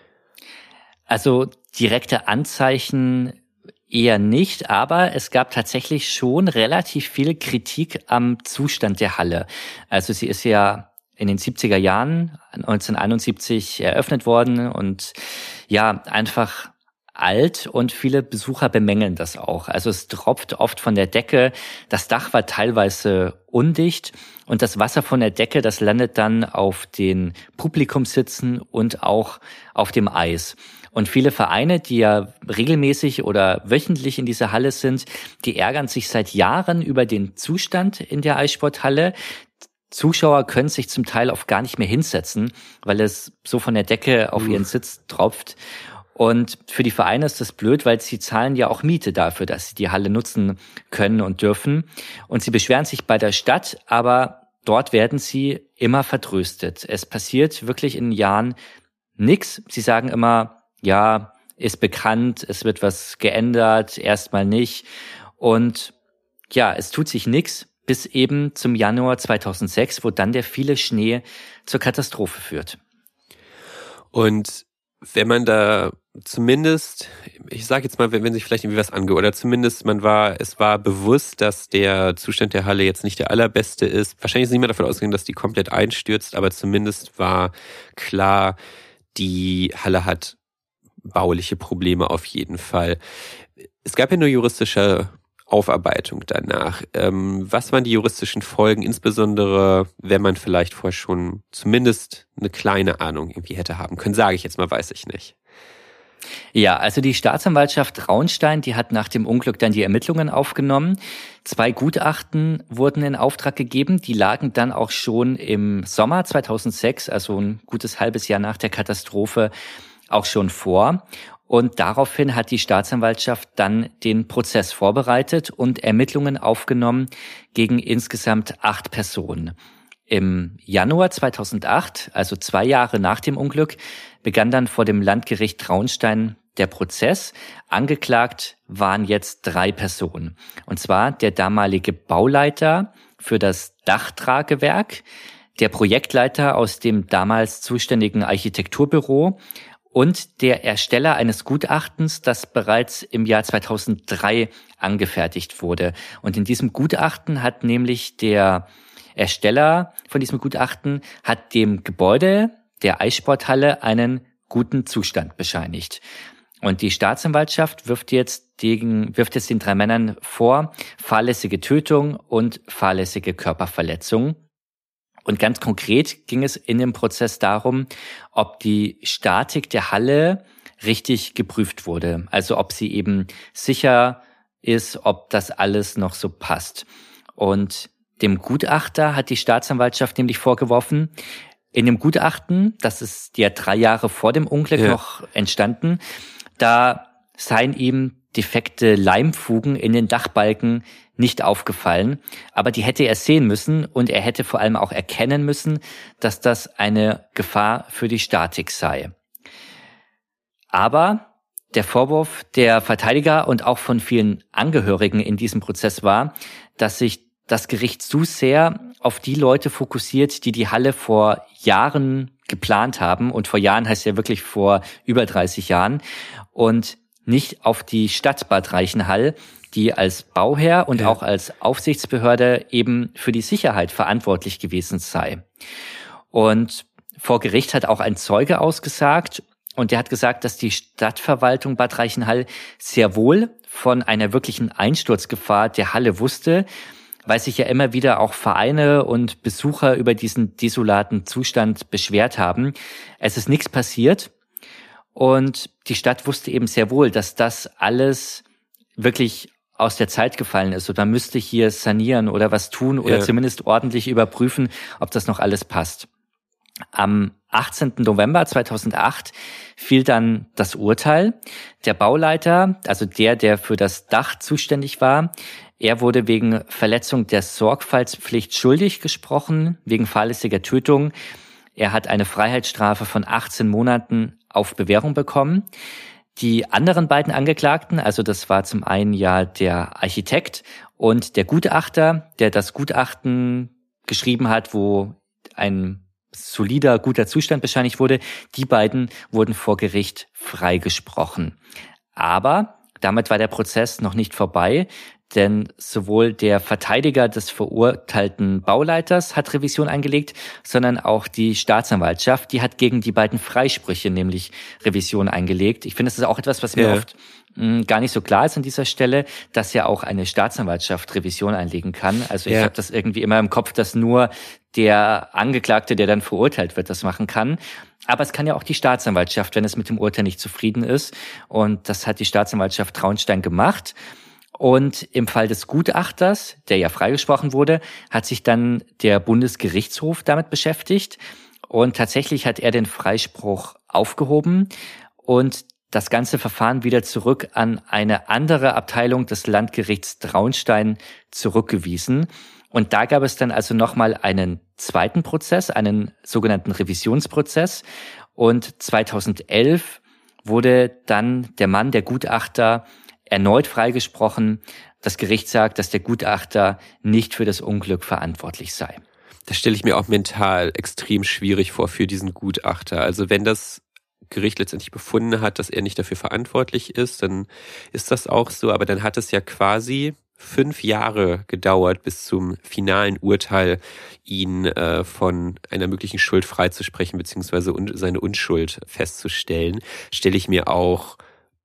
Also direkte Anzeichen eher nicht, aber es gab tatsächlich schon relativ viel Kritik am Zustand der Halle. Also sie ist ja in den siebziger Jahren, neunzehnhunderteinundsiebzig, eröffnet worden und ja, einfach alt und viele Besucher bemängeln das auch. Also es tropft oft von der Decke, das Dach war teilweise undicht und das Wasser von der Decke, das landet dann auf den Publikumssitzen und auch auf dem Eis. Und viele Vereine, die ja regelmäßig oder wöchentlich in dieser Halle sind, die ärgern sich seit Jahren über den Zustand in der Eissporthalle. Zuschauer können sich zum Teil oft gar nicht mehr hinsetzen, weil es so von der Decke auf ihren Sitz tropft. Und für die Vereine ist das blöd, weil sie zahlen ja auch Miete dafür, dass sie die Halle nutzen können und dürfen. Und sie beschweren sich bei der Stadt, aber dort werden sie immer vertröstet. Es passiert wirklich in Jahren nichts. Sie sagen immer, ja, ist bekannt, es wird was geändert, erstmal nicht. Und ja, es tut sich nichts. Bis eben zum Januar zweitausendsechs, wo dann der viele Schnee zur Katastrophe führt. Und wenn man da zumindest, ich sage jetzt mal, wenn, wenn sich vielleicht irgendwie was angehört, oder zumindest man war, es war bewusst, dass der Zustand der Halle jetzt nicht der allerbeste ist. Wahrscheinlich ist niemand davon ausgegangen, dass die komplett einstürzt, aber zumindest war klar, die Halle hat bauliche Probleme auf jeden Fall. Es gab ja nur juristische Aufarbeitung danach. Ähm, was waren die juristischen Folgen, insbesondere wenn man vielleicht vorher schon zumindest eine kleine Ahnung irgendwie hätte haben können? Sage ich jetzt mal, weiß ich nicht. Ja, also die Staatsanwaltschaft Traunstein, die hat nach dem Unglück dann die Ermittlungen aufgenommen. Zwei Gutachten wurden in Auftrag gegeben, die lagen dann auch schon im Sommer zweitausendsechs, also ein gutes halbes Jahr nach der Katastrophe, auch schon vor. Und daraufhin hat die Staatsanwaltschaft dann den Prozess vorbereitet und Ermittlungen aufgenommen gegen insgesamt acht Personen. Im Januar zweitausendacht, also zwei Jahre nach dem Unglück, begann dann vor dem Landgericht Traunstein der Prozess. Angeklagt waren jetzt drei Personen. Und zwar der damalige Bauleiter für das Dachtragewerk, der Projektleiter aus dem damals zuständigen Architekturbüro und der Ersteller eines Gutachtens, das bereits im Jahr zweitausenddrei angefertigt wurde. Und in diesem Gutachten hat nämlich der Ersteller von diesem Gutachten hat dem Gebäude der Eissporthalle einen guten Zustand bescheinigt. Und die Staatsanwaltschaft wirft jetzt, gegen, wirft jetzt den drei Männern vor, fahrlässige Tötung und fahrlässige Körperverletzung. Und ganz konkret ging es in dem Prozess darum, ob die Statik der Halle richtig geprüft wurde. Also ob sie eben sicher ist, ob das alles noch so passt. Und dem Gutachter hat die Staatsanwaltschaft nämlich vorgeworfen, in dem Gutachten, das ist ja drei Jahre vor dem Unglück ja. noch entstanden, da seien ihm defekte Leimfugen in den Dachbalken nicht aufgefallen, aber die hätte er sehen müssen und er hätte vor allem auch erkennen müssen, dass das eine Gefahr für die Statik sei. Aber der Vorwurf der Verteidiger und auch von vielen Angehörigen in diesem Prozess war, dass sich das Gericht zu sehr auf die Leute fokussiert, die die Halle vor Jahren geplant haben. Und vor Jahren heißt ja wirklich vor über dreißig Jahren. Und nicht auf die Stadt Bad Reichenhall, die als Bauherr und ja. auch als Aufsichtsbehörde eben für die Sicherheit verantwortlich gewesen sei. Und vor Gericht hat auch ein Zeuge ausgesagt, Und der hat gesagt, dass die Stadtverwaltung Bad Reichenhall sehr wohl von einer wirklichen Einsturzgefahr der Halle wusste, weil sich ja immer wieder auch Vereine und Besucher über diesen desolaten Zustand beschwert haben. Es ist nichts passiert und die Stadt wusste eben sehr wohl, dass das alles wirklich aus der Zeit gefallen ist. Oder man müsste hier sanieren oder was tun oder ja. zumindest ordentlich überprüfen, ob das noch alles passt. Am achtzehnten November zweitausendacht fiel dann das Urteil. Der Bauleiter, also der, der für das Dach zuständig war, er wurde wegen Verletzung der Sorgfaltspflicht schuldig gesprochen, wegen fahrlässiger Tötung. Er hat eine Freiheitsstrafe von achtzehn Monaten auf Bewährung bekommen. Die anderen beiden Angeklagten, also das war zum einen ja der Architekt und der Gutachter, der das Gutachten geschrieben hat, wo ein solider, guter Zustand bescheinigt wurde, die beiden wurden vor Gericht freigesprochen. Aber damit war der Prozess noch nicht vorbei, denn sowohl der Verteidiger des verurteilten Bauleiters hat Revision eingelegt, sondern auch die Staatsanwaltschaft, die hat gegen die beiden Freisprüche nämlich Revision eingelegt. Ich finde, das ist auch etwas, was mir ja. oft mh, gar nicht so klar ist an dieser Stelle, dass ja auch eine Staatsanwaltschaft Revision einlegen kann. Also ich ja. habe das irgendwie immer im Kopf, dass nur der Angeklagte, der dann verurteilt wird, das machen kann. Aber es kann ja auch die Staatsanwaltschaft, wenn es mit dem Urteil nicht zufrieden ist. Und das hat die Staatsanwaltschaft Traunstein gemacht. Und im Fall des Gutachters, der ja freigesprochen wurde, hat sich dann der Bundesgerichtshof damit beschäftigt. Und tatsächlich hat er den Freispruch aufgehoben und das ganze Verfahren wieder zurück an eine andere Abteilung des Landgerichts Traunstein zurückgewiesen. Und da gab es dann also nochmal einen zweiten Prozess, einen sogenannten Revisionsprozess. Und zweitausendelf wurde dann der Mann, der Gutachter, erneut freigesprochen. Das Gericht sagt, dass der Gutachter nicht für das Unglück verantwortlich sei. Das stelle ich mir auch mental extrem schwierig vor für diesen Gutachter. Also wenn das Gericht letztendlich befunden hat, dass er nicht dafür verantwortlich ist, dann ist das auch so. Aber dann hat es ja quasi fünf Jahre gedauert bis zum finalen Urteil, ihn äh, von einer möglichen Schuld freizusprechen beziehungsweise un- seine Unschuld festzustellen. Stelle ich mir auch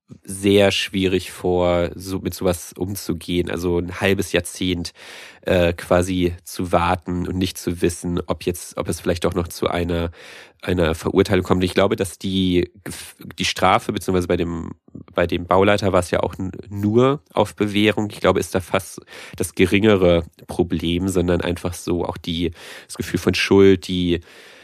sehr schwierig vor, so mit sowas umzugehen, also ein halbes Jahrzehnt äh, quasi zu warten und nicht zu wissen, ob jetzt, ob es vielleicht doch noch zu einer einer Verurteilung kommt. Ich glaube, dass die die Strafe beziehungsweise bei dem bei dem Bauleiter war es ja auch nur auf Bewährung. Ich glaube, ist da fast das geringere Problem, sondern einfach so auch die das Gefühl von Schuld, die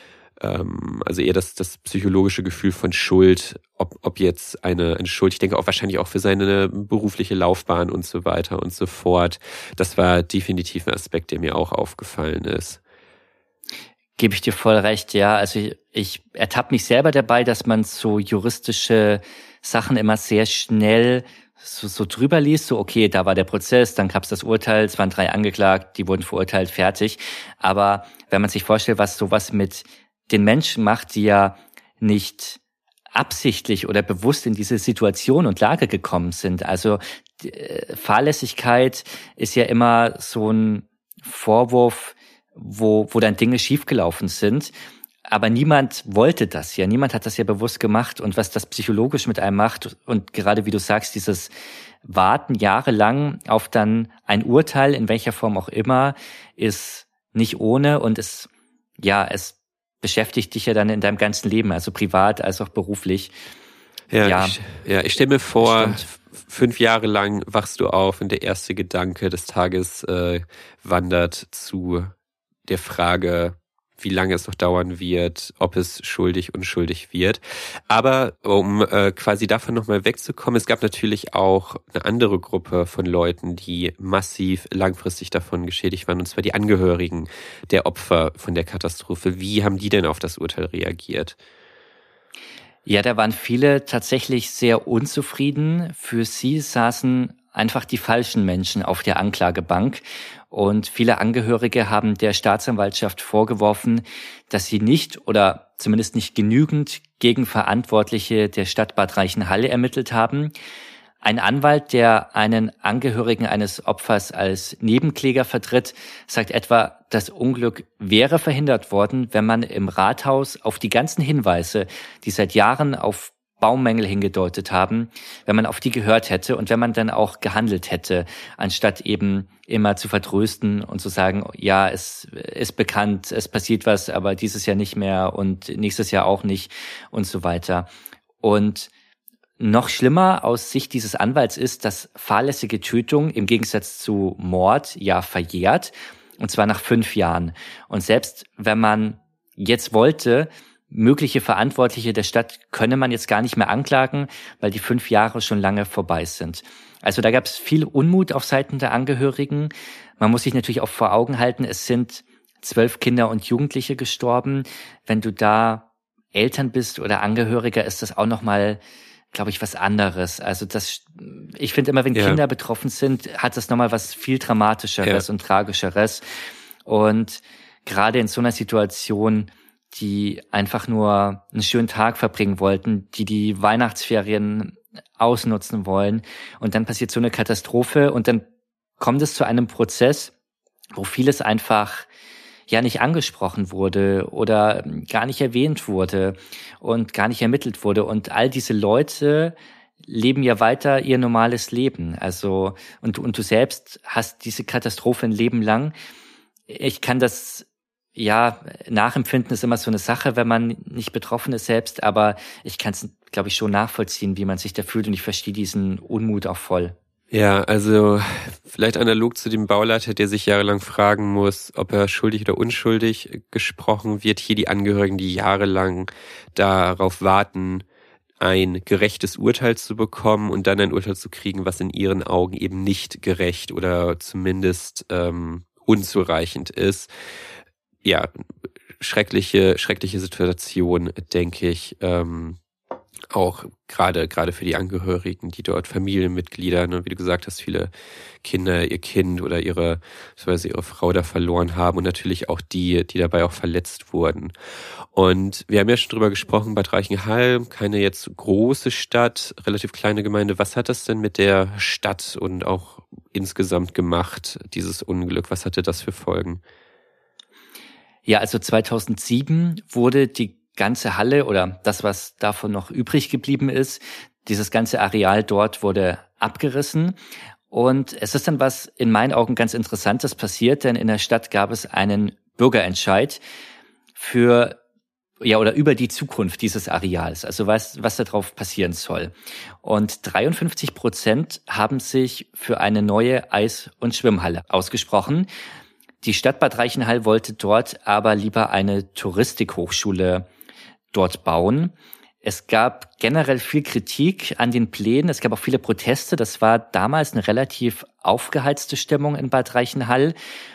also eher das, das psychologische Gefühl von Schuld, ob, ob jetzt eine, eine Schuld, ich denke auch wahrscheinlich auch für seine berufliche Laufbahn und so weiter und so fort. Das war definitiv ein Aspekt, der mir auch aufgefallen ist. Gebe ich dir voll recht, ja. Also ich, ich ertappe mich selber dabei, dass man so juristische Sachen immer sehr schnell so, so drüber liest, so okay, da war der Prozess, dann gab es das Urteil, es waren drei angeklagt, die wurden verurteilt, fertig. Aber wenn man sich vorstellt, was sowas mit den Menschen macht, die ja nicht absichtlich oder bewusst in diese Situation und Lage gekommen sind. Also äh, Fahrlässigkeit ist ja immer so ein Vorwurf, wo wo dann Dinge schiefgelaufen sind. Aber niemand wollte das ja, niemand hat das ja bewusst gemacht. Und was das psychologisch mit einem macht und gerade wie du sagst, dieses Warten jahrelang auf dann ein Urteil, in welcher Form auch immer, ist nicht ohne und es, ja, es beschäftigt dich ja dann in deinem ganzen Leben, also privat als auch beruflich. Ja, ja, ich, ja, ich stelle mir vor, stimmt. Fünf Jahre lang wachst du auf und der erste Gedanke des Tages äh, wandert zu der Frage, wie lange es noch dauern wird, ob es schuldig, unschuldig wird. Aber um äh, quasi davon nochmal wegzukommen, es gab natürlich auch eine andere Gruppe von Leuten, die massiv langfristig davon geschädigt waren, und zwar die Angehörigen der Opfer von der Katastrophe. Wie haben die denn auf das Urteil reagiert? Ja, da waren viele tatsächlich sehr unzufrieden. Für sie saßen einfach die falschen Menschen auf der Anklagebank. Und viele Angehörige haben der Staatsanwaltschaft vorgeworfen, dass sie nicht oder zumindest nicht genügend gegen Verantwortliche der Stadt Bad Reichenhall ermittelt haben. Ein Anwalt, der einen Angehörigen eines Opfers als Nebenkläger vertritt, sagt etwa, das Unglück wäre verhindert worden, wenn man im Rathaus auf die ganzen Hinweise, die seit Jahren auf Baumängel hingedeutet haben, wenn man auf die gehört hätte und wenn man dann auch gehandelt hätte, anstatt eben immer zu vertrösten und zu sagen, ja, es ist bekannt, es passiert was, aber dieses Jahr nicht mehr und nächstes Jahr auch nicht und so weiter. Und noch schlimmer aus Sicht dieses Anwalts ist, dass fahrlässige Tötung im Gegensatz zu Mord ja verjährt, und zwar nach fünf Jahren. Und selbst wenn man jetzt wollte, mögliche Verantwortliche der Stadt könne man jetzt gar nicht mehr anklagen, weil die fünf Jahre schon lange vorbei sind. Also da gab es viel Unmut auf Seiten der Angehörigen. Man muss sich natürlich auch vor Augen halten, es sind zwölf Kinder und Jugendliche gestorben. Wenn du da Eltern bist oder Angehöriger, ist das auch nochmal, glaube ich, was anderes. Also das, ich finde immer, wenn ja. Kinder betroffen sind, hat das nochmal was viel Dramatischeres ja. und Tragischeres. Und gerade in so einer Situation, die einfach nur einen schönen Tag verbringen wollten, die die Weihnachtsferien ausnutzen wollen. Und dann passiert so eine Katastrophe und dann kommt es zu einem Prozess, wo vieles einfach ja nicht angesprochen wurde oder gar nicht erwähnt wurde und gar nicht ermittelt wurde. Und all diese Leute leben ja weiter ihr normales Leben. Also, und, und du selbst hast diese Katastrophe ein Leben lang. Ich kann das Ja, nachempfinden ist immer so eine Sache, wenn man nicht betroffen ist selbst, aber ich kann es, glaube ich, schon nachvollziehen, wie man sich da fühlt und ich verstehe diesen Unmut auch voll. Ja, also vielleicht analog zu dem Bauleiter, der sich jahrelang fragen muss, ob er schuldig oder unschuldig gesprochen wird, hier die Angehörigen, die jahrelang darauf warten, ein gerechtes Urteil zu bekommen und dann ein Urteil zu kriegen, was in ihren Augen eben nicht gerecht oder zumindest ähm, unzureichend ist. Ja, schreckliche, schreckliche Situation, denke ich, ähm, auch gerade, gerade für die Angehörigen, die dort Familienmitglieder, ne, wie du gesagt hast, viele Kinder, ihr Kind oder ihre, beziehungsweise ihre Frau da verloren haben und natürlich auch die, die dabei auch verletzt wurden. Und wir haben ja schon drüber gesprochen, Bad Reichenhall, keine jetzt große Stadt, relativ kleine Gemeinde. Was hat das denn mit der Stadt und auch insgesamt gemacht, dieses Unglück? Was hatte das für Folgen? Ja, also zweitausendsieben wurde die ganze Halle oder das, was davon noch übrig geblieben ist, dieses ganze Areal dort wurde abgerissen. Und es ist dann was in meinen Augen ganz Interessantes passiert, denn in der Stadt gab es einen Bürgerentscheid für, ja, oder über die Zukunft dieses Areals, also was, was da drauf passieren soll. Und dreiundfünfzig Prozent haben sich für eine neue Eis- und Schwimmhalle ausgesprochen. Die Stadt Bad Reichenhall wollte dort aber lieber eine Touristikhochschule dort bauen. Es gab generell viel Kritik an den Plänen. Es gab auch viele Proteste. Das war damals eine relativ aufgeheizte Stimmung in Bad Reichenhall.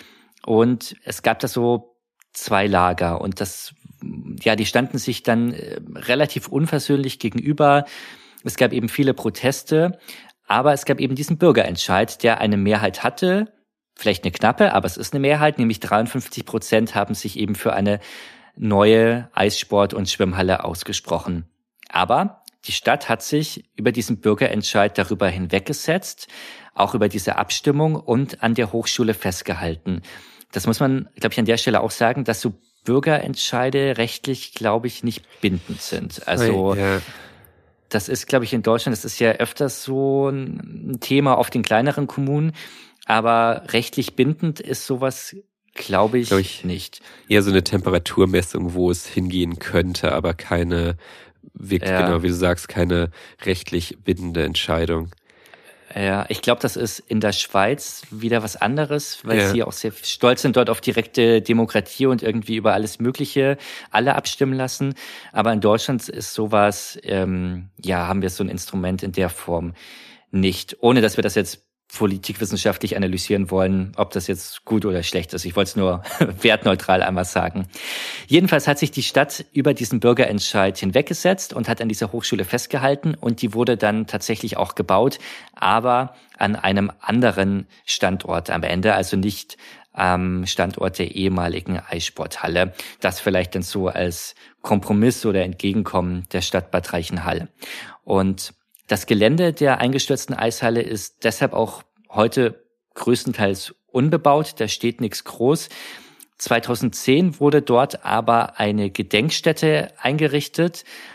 Und es gab da so zwei Lager. Und das, ja, die standen sich dann relativ unversöhnlich gegenüber. Es gab eben viele Proteste. Aber es gab eben diesen Bürgerentscheid, der eine Mehrheit hatte. Vielleicht eine knappe, aber es ist eine Mehrheit. Nämlich dreiundfünfzig Prozent haben sich eben für eine neue Eissport- und Schwimmhalle ausgesprochen. Aber die Stadt hat sich über diesen Bürgerentscheid darüber hinweggesetzt, auch über diese Abstimmung und an der Hochschule festgehalten. Das muss man, glaube ich, an der Stelle auch sagen, dass so Bürgerentscheide rechtlich, glaube ich, nicht bindend sind. Also ja. Das ist, glaube ich, in Deutschland, das ist ja öfters so ein Thema auf den kleineren Kommunen, aber rechtlich bindend ist sowas, glaube ich, glaub ich, nicht. Eher so eine Temperaturmessung, wo es hingehen könnte, aber keine, wirklich ja. genau wie du sagst, keine rechtlich bindende Entscheidung. Ja, ich glaube, das ist in der Schweiz wieder was anderes, weil ja. sie auch sehr stolz sind dort auf direkte Demokratie und irgendwie über alles Mögliche alle abstimmen lassen. Aber in Deutschland ist sowas, ähm, ja, haben wir so ein Instrument in der Form nicht. Ohne, dass wir das jetzt politikwissenschaftlich analysieren wollen, ob das jetzt gut oder schlecht ist. Ich wollte es nur wertneutral einmal sagen. Jedenfalls hat sich die Stadt über diesen Bürgerentscheid hinweggesetzt und hat an dieser Hochschule festgehalten und die wurde dann tatsächlich auch gebaut, aber an einem anderen Standort am Ende, also nicht am Standort der ehemaligen Eissporthalle. Das vielleicht dann so als Kompromiss oder Entgegenkommen der Stadt Bad Reichenhall. Und das Gelände der eingestürzten Eishalle ist deshalb auch heute größtenteils unbebaut, da steht nichts groß. zweitausendzehn wurde dort aber eine Gedenkstätte eingerichtet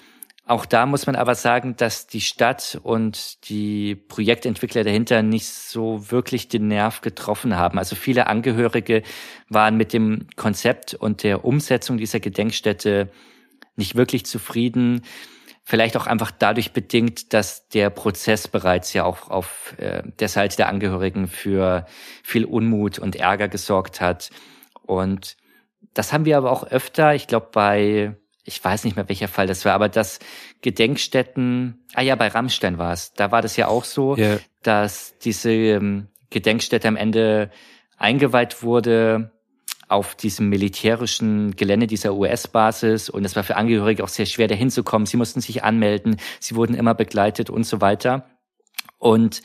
Auch da muss man aber sagen, dass die Stadt und die Projektentwickler dahinter nicht so wirklich den Nerv getroffen haben. Also viele Angehörige waren mit dem Konzept und der Umsetzung dieser Gedenkstätte nicht wirklich zufrieden. Vielleicht auch einfach dadurch bedingt, dass der Prozess bereits ja auch auf äh, der Seite der Angehörigen für viel Unmut und Ärger gesorgt hat. Und das haben wir aber auch öfter, ich glaube bei, ich weiß nicht mehr welcher Fall das war, aber dass Gedenkstätten, ah ja, bei Rammstein war es, da war das ja auch so, yeah. dass diese ähm, Gedenkstätte am Ende eingeweiht wurde auf diesem militärischen Gelände dieser U S-Basis und es war für Angehörige auch sehr schwer, da hinzukommen. Sie mussten sich anmelden, sie wurden immer begleitet und so weiter. Und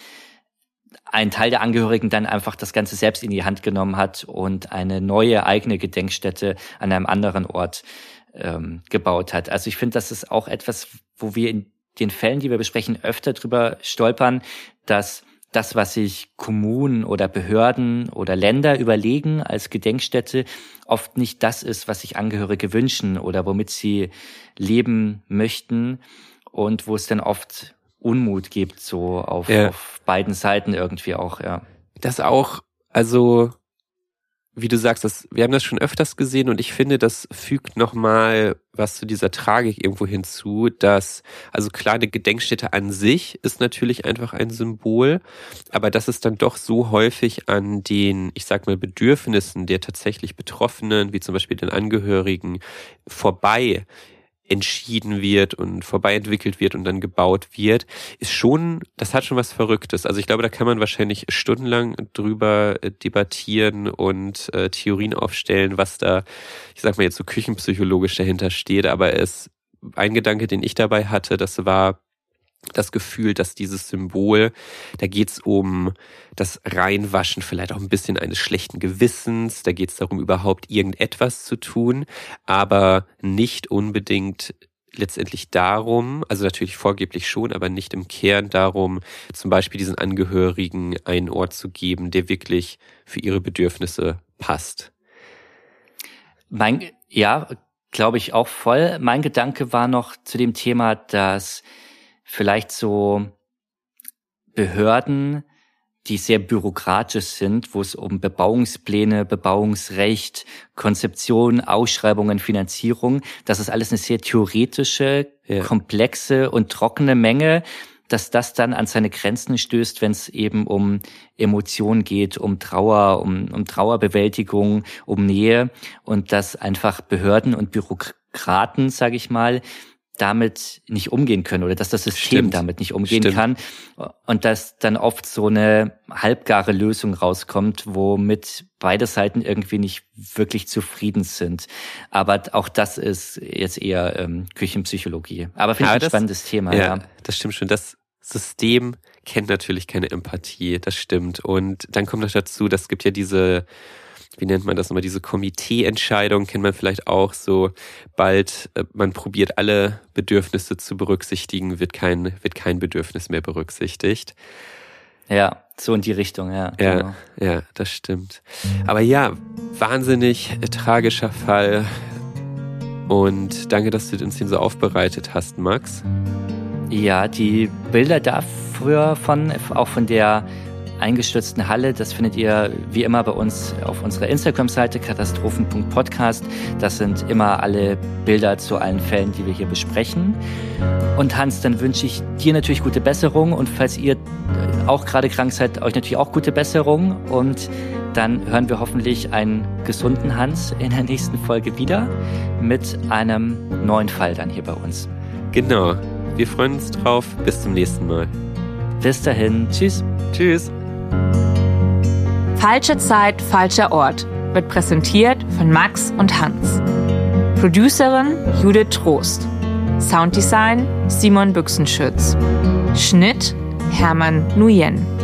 ein Teil der Angehörigen dann einfach das Ganze selbst in die Hand genommen hat und eine neue eigene Gedenkstätte an einem anderen Ort ähm, gebaut hat. Also ich finde, das ist auch etwas, wo wir in den Fällen, die wir besprechen, öfter drüber stolpern, dass das, was sich Kommunen oder Behörden oder Länder überlegen als Gedenkstätte, oft nicht das ist, was sich Angehörige wünschen oder womit sie leben möchten und wo es dann oft Unmut gibt, so auf, ja. auf beiden Seiten irgendwie auch, ja. Das auch, also wie du sagst, das, wir haben das schon öfters gesehen und ich finde, das fügt nochmal was zu dieser Tragik irgendwo hinzu, dass, also klar, eine Gedenkstätte an sich ist natürlich einfach ein Symbol, aber dass es dann doch so häufig an den, ich sag mal, Bedürfnissen der tatsächlich Betroffenen, wie zum Beispiel den Angehörigen, vorbei entschieden wird und vorbei entwickelt wird und dann gebaut wird, ist schon, das hat schon was Verrücktes. Also ich glaube, da kann man wahrscheinlich stundenlang drüber debattieren und äh, Theorien aufstellen, was da, ich sag mal jetzt so küchenpsychologisch dahinter steht, aber es, ein Gedanke, den ich dabei hatte, das war das Gefühl, dass dieses Symbol, da geht's um das Reinwaschen vielleicht auch ein bisschen eines schlechten Gewissens, da geht's darum, überhaupt irgendetwas zu tun, aber nicht unbedingt letztendlich darum, also natürlich vorgeblich schon, aber nicht im Kern darum, zum Beispiel diesen Angehörigen einen Ort zu geben, der wirklich für ihre Bedürfnisse passt. Mein, ja, glaube ich auch voll. Mein Gedanke war noch zu dem Thema, dass vielleicht so Behörden, die sehr bürokratisch sind, wo es um Bebauungspläne, Bebauungsrecht, Konzeption, Ausschreibungen, Finanzierung, das ist alles eine sehr theoretische, ja. komplexe und trockene Menge, dass das dann an seine Grenzen stößt, wenn es eben um Emotionen geht, um Trauer, um, um Trauerbewältigung, um Nähe und dass einfach Behörden und Bürokraten, sage ich mal, damit nicht umgehen können oder dass das System Stimmt. damit nicht umgehen Stimmt. kann und dass dann oft so eine halbgare Lösung rauskommt, womit beide Seiten irgendwie nicht wirklich zufrieden sind. Aber auch das ist jetzt eher ähm, Küchenpsychologie. Aber finde ich ein spannendes Thema. Ja, ja, das stimmt schon. Das System kennt natürlich keine Empathie, das stimmt. Und dann kommt noch dazu, das gibt ja diese, wie nennt man das nochmal, diese Komiteeentscheidung, kennt man vielleicht auch so, bald äh, man probiert alle Bedürfnisse zu berücksichtigen, wird kein, wird kein Bedürfnis mehr berücksichtigt. Ja, so in die Richtung, ja. Ja, genau. ja, das stimmt. Aber ja, wahnsinnig äh, tragischer Fall und danke, dass du uns den so aufbereitet hast, Max. Ja, die Bilder dafür von, auch von der eingestürzten Halle, das findet ihr wie immer bei uns auf unserer Instagram-Seite katastrophen punkt podcast. Das sind immer alle Bilder zu allen Fällen, die wir hier besprechen. Und Hans, dann wünsche ich dir natürlich gute Besserung und falls ihr auch gerade krank seid, euch natürlich auch gute Besserung und dann hören wir hoffentlich einen gesunden Hans in der nächsten Folge wieder mit einem neuen Fall dann hier bei uns. Genau. Wir freuen uns drauf. Bis zum nächsten Mal. Bis dahin. Tschüss. Tschüss. Falsche Zeit, falscher Ort wird präsentiert von Max und Hans. Producerin Judith Trost. Sounddesign Simon Büchsenschütz. Schnitt Hermann Nguyen.